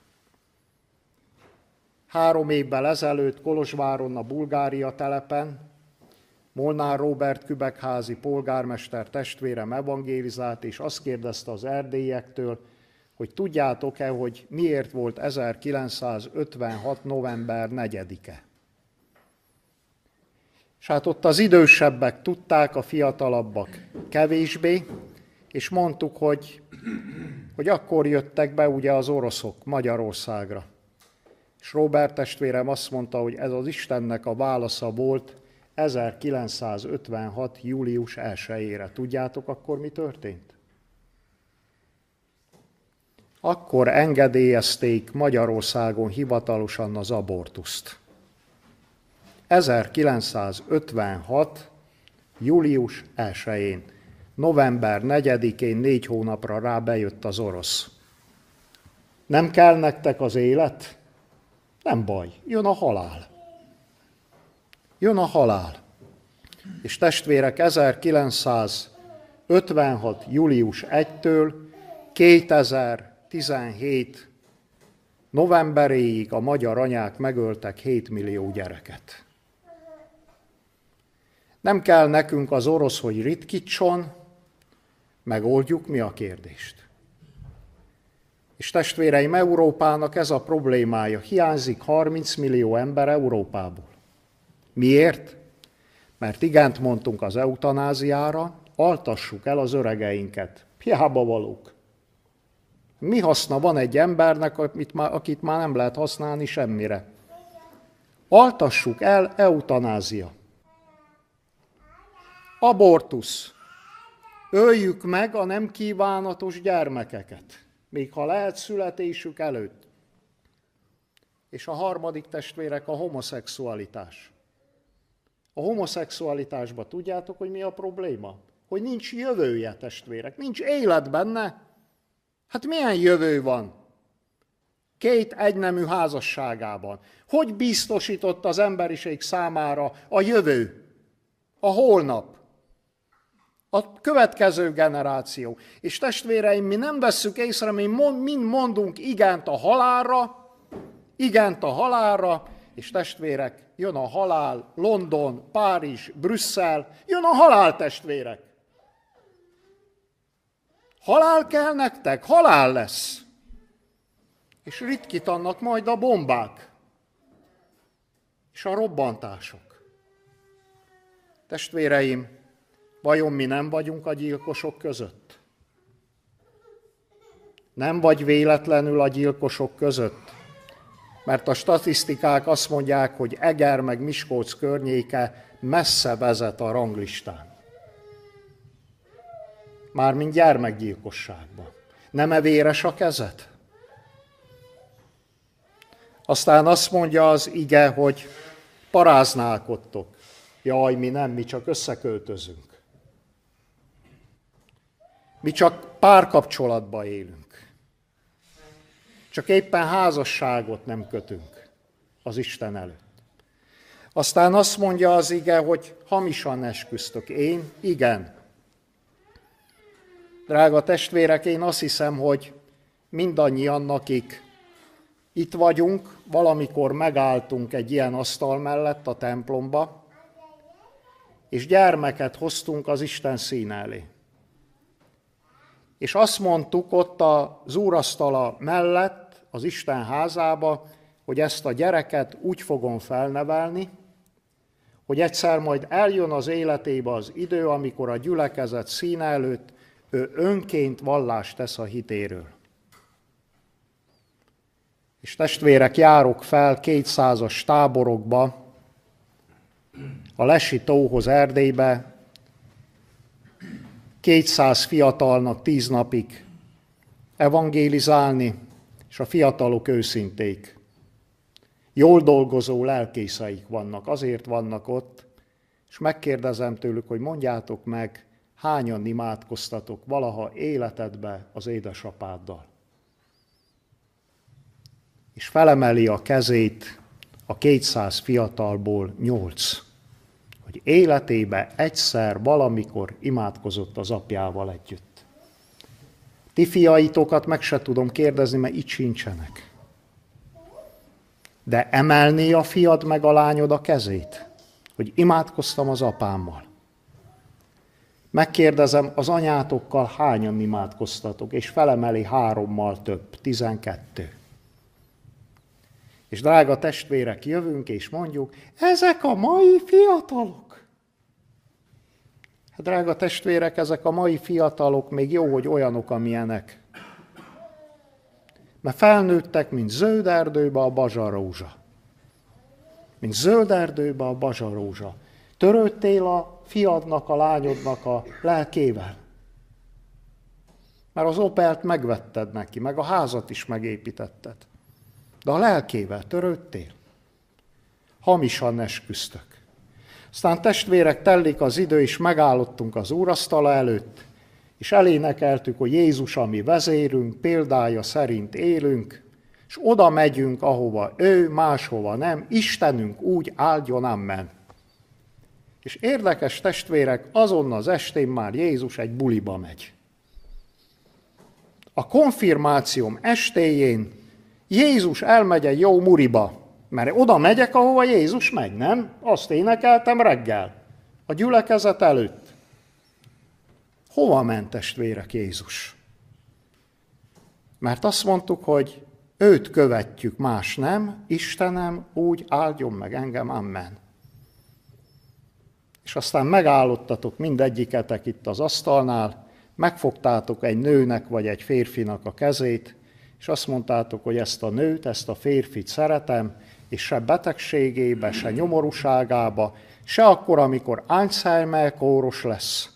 3 évvel ezelőtt Kolozsváron, a Bulgária telepen Molnár Róbert kübekházi polgármester testvérem evangélizált, és azt kérdezte az erdélyektől, hogy tudjátok-e, hogy miért volt 1956. november 4-e. És hát ott az idősebbek tudták, a fiatalabbak kevésbé, és mondtuk, hogy akkor jöttek be ugye az oroszok Magyarországra. És Róbert testvérem azt mondta, hogy ez az Istennek a válasza volt 1956. július 1-ére. Tudjátok akkor mi történt? Akkor engedélyezték Magyarországon hivatalosan az abortuszt. 1956. július 1-én, november 4-én 4 hónapra rá bejött az orosz. Nem kell nektek az élet? Nem baj, jön a halál. Jön a halál. És testvérek, 1956. július 1-től 2017. novemberéig a magyar anyák megöltek 7 millió gyereket. Nem kell nekünk az orosz, hogy ritkítson, megoldjuk mi a kérdést. És testvéreim, Európának ez a problémája. Hiányzik 30 millió ember Európából. Miért? Mert igent mondtunk az eutanáziára, altassuk el az öregeinket. Hiába valók. Mi haszna van egy embernek, akit már nem lehet használni semmire? Altassuk el, eutanázia. Abortusz. Öljük meg a nem kívánatos gyermekeket, még ha lehet születésük előtt. És a harmadik, testvérek, a homoszexualitás. A homoszexualitásban tudjátok, hogy mi a probléma? Hogy nincs jövője, testvérek, nincs élet benne. Hát milyen jövő van? 2 egynemű házasságában. Hogy biztosított az emberiség számára a jövő, a holnap, a következő generáció? És testvéreim, mi nem vesszük észre, mi mind mondunk igent a halálra, és testvérek, jön a halál, London, Párizs, Brüsszel, jön a halál, testvérek. Halál kell nektek? Halál lesz. És ritkítanak majd a bombák és a robbantások. Testvéreim, vajon mi nem vagyunk a gyilkosok között? Nem vagy véletlenül a gyilkosok között? Mert a statisztikák azt mondják, hogy Eger meg Miskolc környéke messze vezet a ranglistán. Mármint gyermekgyilkosságban. Nem-e véres a kezed? Aztán azt mondja az ige, hogy paráználkodtok. Jaj, mi nem, mi csak összeköltözünk. Mi csak párkapcsolatba élünk. Csak éppen házasságot nem kötünk az Isten előtt. Aztán azt mondja az ige, hogy hamisan esküztök. Én? Igen. Drága testvérek, én azt hiszem, hogy mindannyian, akik itt vagyunk, valamikor megálltunk egy ilyen asztal mellett a templomba, és gyermeket hoztunk az Isten színe elé. És azt mondtuk ott az úrasztala mellett, az Isten házába, hogy ezt a gyereket úgy fogom felnevelni, hogy egyszer majd eljön az életébe az idő, amikor a gyülekezet színe előtt ő önként vallást tesz a hitéről. És testvérek, járok fel 200-as táborokba, a Lesi tóhoz, Erdélybe, 200 fiatalnak 10 napig evangélizálni, és a fiatalok őszinték. Jól dolgozó lelkészeik vannak, azért vannak ott, és megkérdezem tőlük, hogy mondjátok meg, hányan imádkoztatok valaha életedbe az édesapáddal. És felemeli a kezét a 200 fiatalból 8, hogy életébe egyszer valamikor imádkozott az apjával együtt. Ti fiaitokat meg se tudom kérdezni, mert itt sincsenek. De emelné a fiad meg a lányod a kezét, hogy imádkoztam az apámmal. Megkérdezem, az anyátokkal hányan imádkoztatok, és felemeli 3-mal több, 12. És drága testvérek, jövünk és mondjuk, ezek a mai fiatalok. Hát drága testvérek, ezek a mai fiatalok még jó, hogy olyanok, amilyenek. Mert felnőttek, mint zöld erdőbe a bazsarózsa. Mint zöld erdőbe a bazsarózsa. Törődtél a fiadnak, a lányodnak a lelkével? Mert az Opelt megvetted neki, meg a házat is megépítetted. De a lelkével törődtél? hamisan esküztök. Aztán testvérek, telik az idő, és megállottunk az úrasztala előtt, és elénekeltük, hogy Jézus a mi vezérünk, példája szerint élünk, és oda megyünk, ahova ő, máshova nem, Istenünk úgy áldjon, amen. És érdekes testvérek, azon az estén már Jézus egy buliba megy. A konfirmációm estéjén Jézus elmegy egy jó muriba, mert oda megyek, ahova Jézus megy, nem? Azt énekeltem reggel, a gyülekezet előtt. Hova ment, testvérek, Jézus? Mert azt mondtuk, hogy őt követjük, más nem, Istenem úgy áldjon meg engem, amen. És aztán megállodtatok mindegyiketek itt az asztalnál, megfogtátok egy nőnek vagy egy férfinak a kezét, és azt mondtátok, hogy ezt a nőt, ezt a férfit szeretem, és se betegségébe, se nyomorúságába, se akkor, amikor Alzheimer kóros lesz.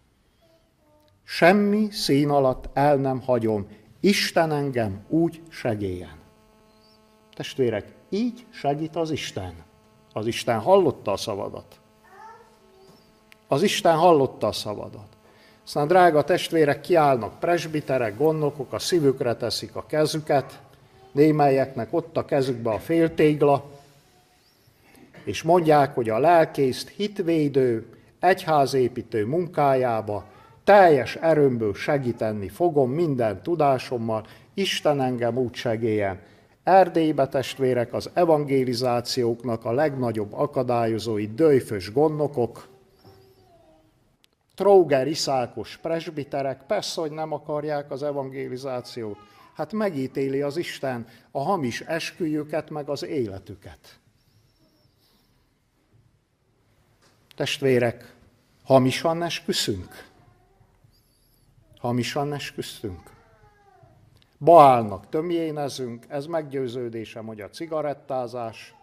Semmi szín alatt el nem hagyom, Isten engem úgy segélyen. Testvérek, így segít az Isten. Az Isten hallotta a szavadat. Az Isten hallotta a szavadat. Aztán drága testvérek, kiállnak presbiterek, gondnokok, a szívükre teszik a kezüket, némelyeknek ott a kezükbe a féltégla, és mondják, hogy a lelkészt hitvédő, egyházépítő munkájába teljes erőmből segíteni fogom minden tudásommal, Isten engem úgy segélyen. Erdélybe, testvérek, az evangelizációknak a legnagyobb akadályozói döjfös gondnokok, tróger iszákos presbiterek, persze, hogy nem akarják az evangelizációt. Hát megítéli az Isten a hamis esküjüket, meg az életüket. Testvérek, hamisan esküszünk? Hamisan esküsztünk? Baálnak tömjénezünk, ez meggyőződésem, hogy a cigarettázás.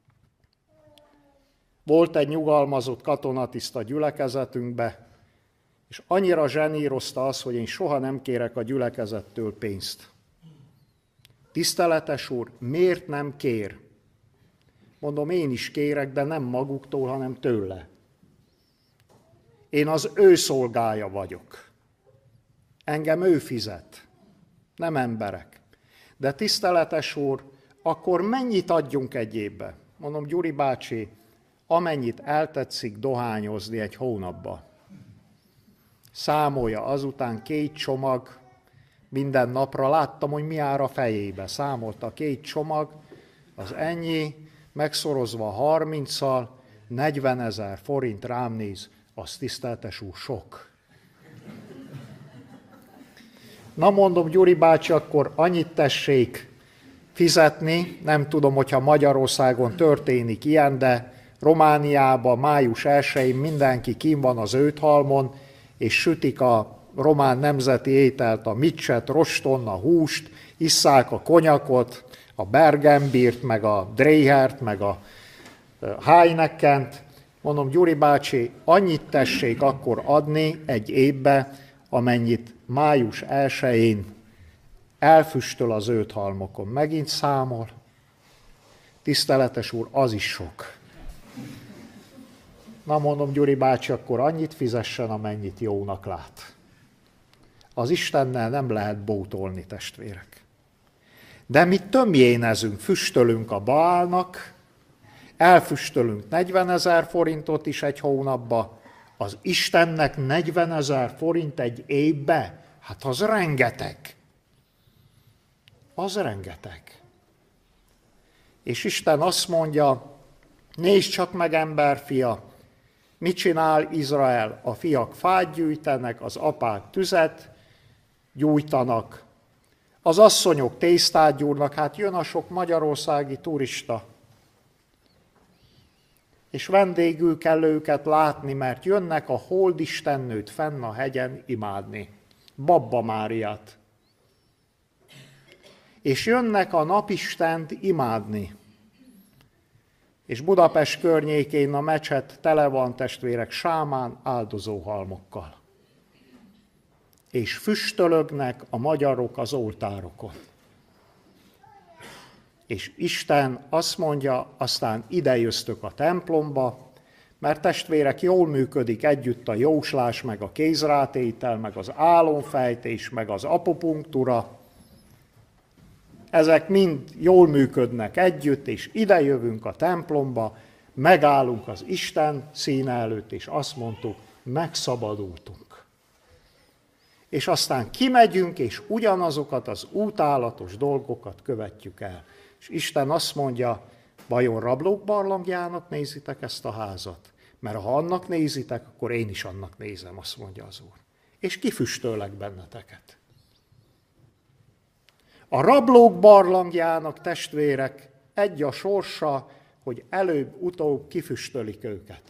Volt egy nyugalmazott katonatiszt a gyülekezetünkbe, és annyira zsenírozta az, hogy én soha nem kérek a gyülekezettől pénzt. Tiszteletes úr, miért nem kér? Mondom, én is kérek, de nem maguktól, hanem tőle. Én az ő szolgája vagyok. Engem ő fizet, nem emberek. De tiszteletes úr, akkor mennyit adjunk egy évbe? Mondom, Gyuri bácsi, amennyit eltetszik dohányozni egy hónapba. Számolja azután 2 csomag minden napra, láttam, hogy mi áll a fejébe. Számolta 2 csomag, az ennyi, megszorozva 30-szal, 40 000 forint rám néz, az tiszteltes úr sok. Na mondom, Gyuri bácsi, akkor annyit tessék fizetni, nem tudom, hogyha Magyarországon történik ilyen, de Romániában május 1-én mindenki kín van az Őthalmon, és sütik a román nemzeti ételt, a micset, roston, a húst, isszák a konyakot, a Bergenbiert, meg a Drehert, meg a Heinekent. Mondom, Gyuri bácsi, annyit tessék akkor adni egy évbe, amennyit május 1-én elfüstöl az Őthalmokon. Megint számol. Tiszteletes úr, az is sok. Na mondom, Gyuri bácsi, akkor annyit fizessen, amennyit jónak lát. Az Istennel nem lehet bótolni, testvérek. De mi tömjénezünk, füstölünk a Baálnak, elfüstölünk 40 000 forintot is egy hónapba, az Istennek 40 000 forint egy évbe, hát az rengeteg. Az rengeteg. És Isten azt mondja, nézd csak meg, emberfia, mit csinál Izrael? A fiak fát gyűjtenek, az apák tüzet gyújtanak, az asszonyok tésztát gyúrnak, hát jön a sok magyarországi turista. És vendégül kell őket látni, mert jönnek a holdistennőt fenn a hegyen imádni, Babba Máriát. És jönnek a napistent imádni. És Budapest környékén a mecset tele van, testvérek, sámán áldozóhalmokkal. És füstölögnek a magyarok az oltárokon. És Isten azt mondja, aztán idejöztök a templomba, mert testvérek, jól működik együtt a jóslás, meg a kézrátétel, meg az álomfejtés, meg az apopunktúra. Ezek mind jól működnek együtt, és idejövünk a templomba, megállunk az Isten színe előtt, és azt mondtuk, megszabadultunk. És aztán kimegyünk, és ugyanazokat az utálatos dolgokat követjük el. És Isten azt mondja, vajon rablók barlangjának nézitek ezt a házat? Mert ha annak nézitek, akkor én is annak nézem, azt mondja az Úr. És kifüstöllek benneteket. A rablók barlangjának, testvérek, egy a sorsa, hogy előbb-utóbb kifüstölik őket.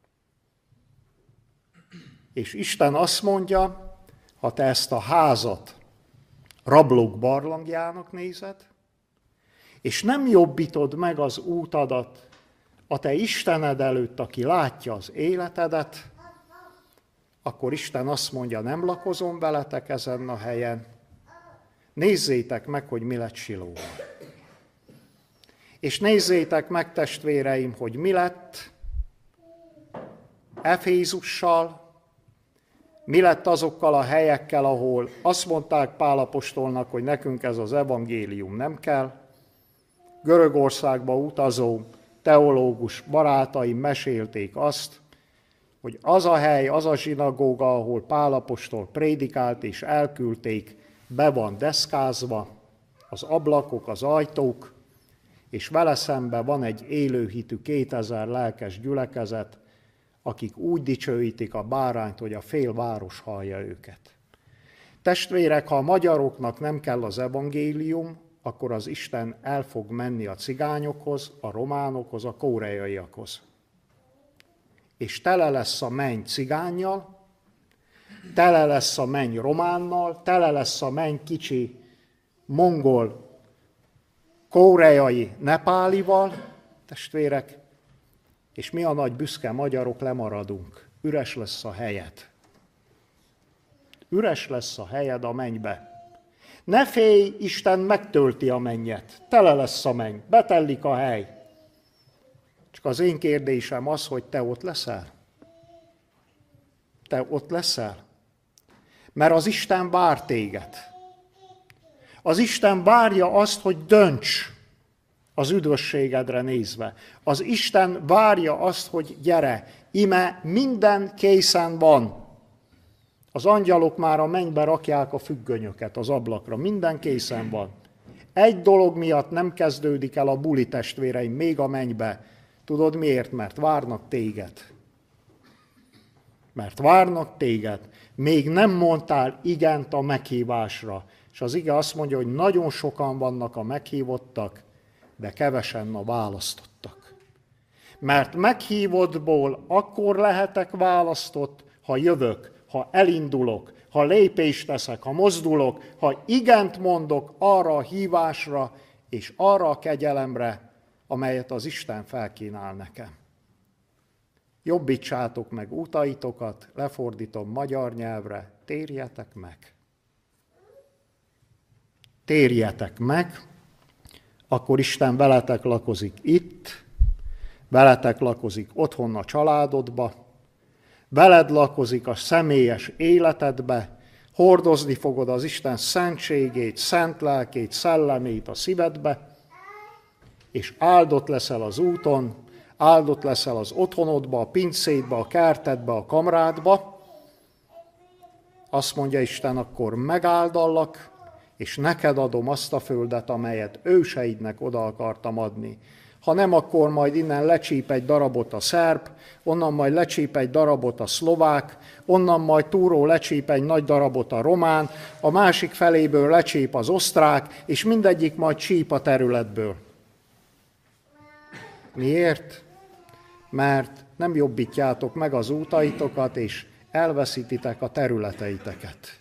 És Isten azt mondja, ha te ezt a házat rablók barlangjának nézed, és nem jobbítod meg az útadat a te Istened előtt, aki látja az életedet, akkor Isten azt mondja, nem lakozom veletek ezen a helyen, nézzétek meg, hogy mi lett Silóval. És nézzétek meg, testvéreim, hogy mi lett Efézussal, mi lett azokkal a helyekkel, ahol azt mondták Pál apostolnak, hogy nekünk ez az evangélium nem kell. Görögországba utazó teológus barátaim mesélték azt, hogy az a hely, az a zsinagóga, ahol Pál apostol prédikált és elküldték, be van deszkázva, az ablakok, az ajtók, és vele szemben van egy élőhitű 2000 lelkes gyülekezet, akik úgy dicsőítik a bárányt, hogy a fél város hallja őket. Testvérek, ha a magyaroknak nem kell az evangélium, akkor az Isten el fog menni a cigányokhoz, a románokhoz, a koreaiakhoz. És tele lesz a menny cigánnyal, tele lesz a menny románnal, tele lesz a menny kicsi mongol, koreai, nepálival, testvérek, és mi a nagy büszke magyarok lemaradunk. Üres lesz a helyed. Üres lesz a helyed a mennybe. Ne félj, Isten megtölti a mennyet. Tele lesz a menny, betellik a hely. Csak az én kérdésem az, hogy te ott leszel? Te ott leszel? Mert az Isten vár téged. Az Isten várja azt, hogy dönts az üdvösségedre nézve. Az Isten várja azt, hogy gyere, ime minden készen van. Az angyalok már a mennybe rakják a függönyöket az ablakra, minden készen van. Egy dolog miatt nem kezdődik el a buli, testvéreim, még a mennybe. Tudod miért? Mert várnak téged. Mert várnak téged. Még nem mondtál igent a meghívásra. És az ige azt mondja, hogy nagyon sokan vannak a meghívottak, de kevesen a választottak. Mert meghívottból akkor lehetek választott, ha jövök, ha elindulok, ha lépést teszek, ha mozdulok, ha igent mondok arra a hívásra és arra a kegyelemre, amelyet az Isten felkínál nekem. Jobbítsátok meg utaitokat, lefordítom magyar nyelvre, térjetek meg. Térjetek meg, akkor Isten veletek lakozik itt, veletek lakozik otthon a családodba, veled lakozik a személyes életedbe, hordozni fogod az Isten szentségét, szent lelkét, szellemét a szívedbe, és áldott leszel az úton, áldott leszel az otthonodba, a pincédbe, a kertedbe, a kamrádba. Azt mondja Isten, akkor megáldallak, és neked adom azt a földet, amelyet őseidnek oda akartam adni. Ha nem, akkor majd innen lecsíp egy darabot a szerb, onnan majd lecsíp egy darabot a szlovák, onnan majd túlról lecsíp egy nagy darabot a román, a másik feléből lecsíp az osztrák, és mindegyik majd csíp a területből. Miért? Mert nem jobbítjátok meg az útaitokat, és elveszítitek a területeiteket.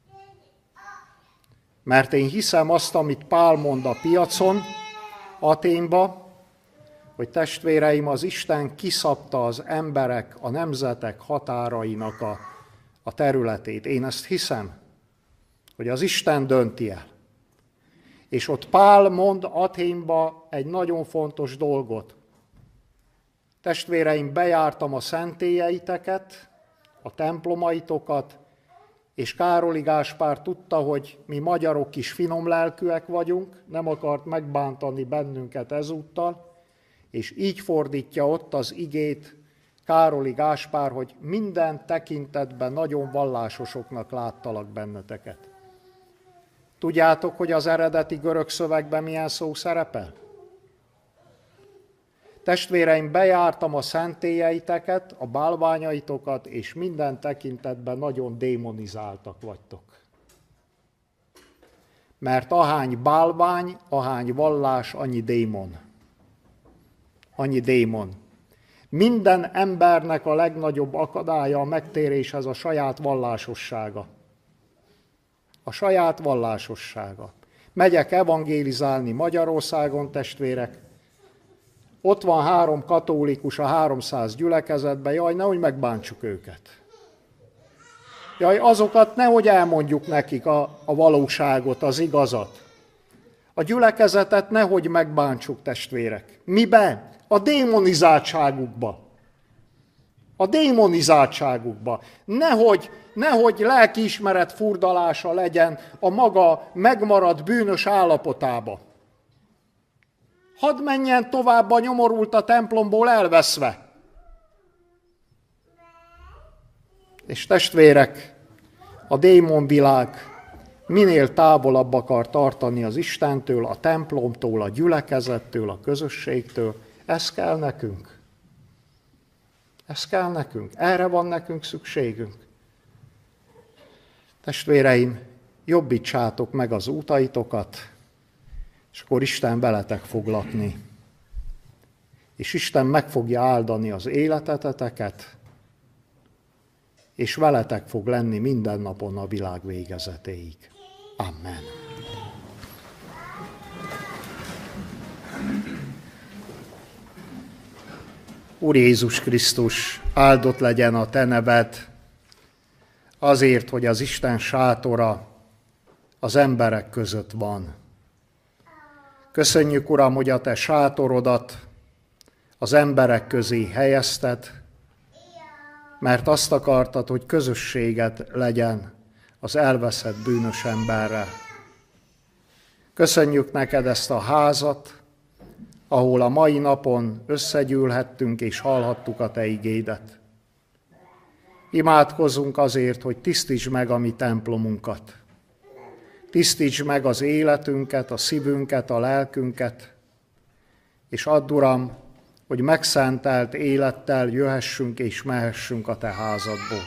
Mert én hiszem azt, amit Pál mond a piacon, Athénba, hogy testvéreim, az Isten kiszabta az emberek, a nemzetek határainak a területét. Én ezt hiszem, hogy az Isten dönti el. És ott Pál mond Athénba egy nagyon fontos dolgot. Testvéreim, bejártam a szentélyeiteket, a templomaitokat, és Károli Gáspár tudta, hogy mi magyarok is finom lelkűek vagyunk, nem akart megbántani bennünket ezúttal, és így fordítja ott az igét Károli Gáspár, hogy minden tekintetben nagyon vallásosoknak láttalak benneteket. Tudjátok, hogy az eredeti görög szövegben milyen szó szerepel? Testvéreim, bejártam a szentélyeiteket, a bálványaitokat, és minden tekintetben nagyon démonizáltak vagytok. Mert ahány bálvány, ahány vallás, annyi démon. Annyi démon. Minden embernek a legnagyobb akadálya a megtéréshez a saját vallásossága. A saját vallásossága. Megyek evangélizálni Magyarországon, testvérek, ott van 3 katolikus a 300 gyülekezetben, jaj, nehogy megbántsuk őket. Jaj, azokat nehogy elmondjuk nekik a valóságot, az igazat. A gyülekezetet nehogy megbántsuk, testvérek. Mibe? A démonizáltságukba. A démonizáltságukba. Nehogy lelkiismeret furdalása legyen a maga megmaradt bűnös állapotába. Hadd menjen tovább a nyomorult a templomból elveszve. És testvérek, a démonvilág minél távolabb akar tartani az Istentől, a templomtól, a gyülekezettől, a közösségtől. Ez kell nekünk. Ez kell nekünk. Erre van nekünk szükségünk. Testvéreim, jobbítsátok meg az útaitokat, és akkor Isten veletek fog lakni. És Isten meg fogja áldani az életeteteket, és veletek fog lenni minden napon a világ végezetéig. Amen. Úr Jézus Krisztus, áldott legyen a te neved, azért, hogy az Isten sátora az emberek között van. Köszönjük, Uram, hogy a te sátorodat az emberek közé helyezted, mert azt akartad, hogy közösséged legyen az elveszett bűnös emberrel. Köszönjük neked ezt a házat, ahol a mai napon összegyűlhettünk és hallhattuk a te igédet. Imádkozunk azért, hogy tisztítsd meg a mi templomunkat. Tisztítsd meg az életünket, a szívünket, a lelkünket, és add, Uram, hogy megszentelt élettel jöhessünk és mehessünk a te házadból.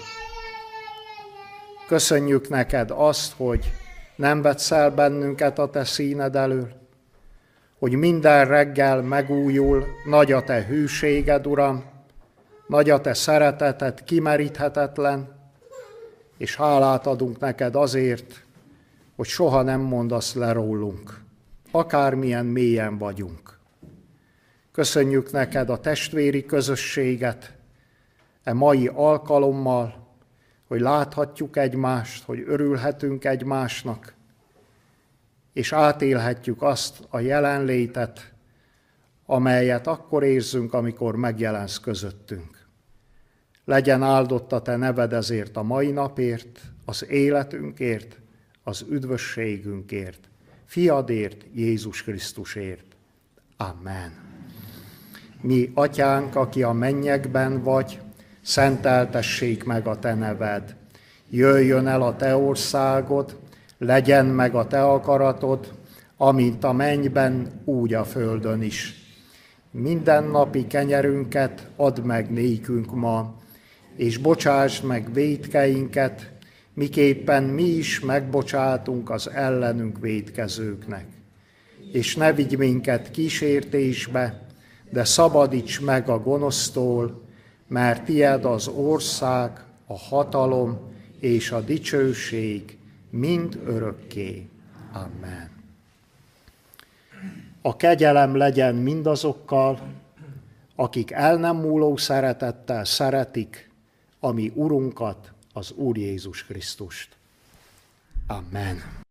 Köszönjük neked azt, hogy nem vetsz el bennünket a te színed elől, hogy minden reggel megújul, nagy a te hűséged, Uram, nagy a te szereteted, kimeríthetetlen, és hálát adunk neked azért, hogy soha nem mondasz le rólunk, akármilyen mélyen vagyunk. Köszönjük neked a testvéri közösséget e mai alkalommal, hogy láthatjuk egymást, hogy örülhetünk egymásnak, és átélhetjük azt a jelenlétet, amelyet akkor érzünk, amikor megjelensz közöttünk. Legyen áldott a te neved ezért a mai napért, az életünkért, az üdvösségünkért, fiadért, Jézus Krisztusért. Amen. Mi, Atyánk, aki a mennyekben vagy, szenteltessék meg a te neved. Jöjjön el a te országod, legyen meg a te akaratod, amint a mennyben, úgy a földön is. Mindennapi kenyerünket add meg nékünk ma, és bocsásd meg vétkeinket, miképpen mi is megbocsátunk az ellenünk vétkezőknek. És ne vigy minket kísértésbe, de szabadíts meg a gonosztól, mert tied az ország, a hatalom és a dicsőség mind örökké. Amen. A kegyelem legyen mindazokkal, akik el nem múló szeretettel szeretik a mi Urunkat, az Úr Jézus Krisztust. Amen.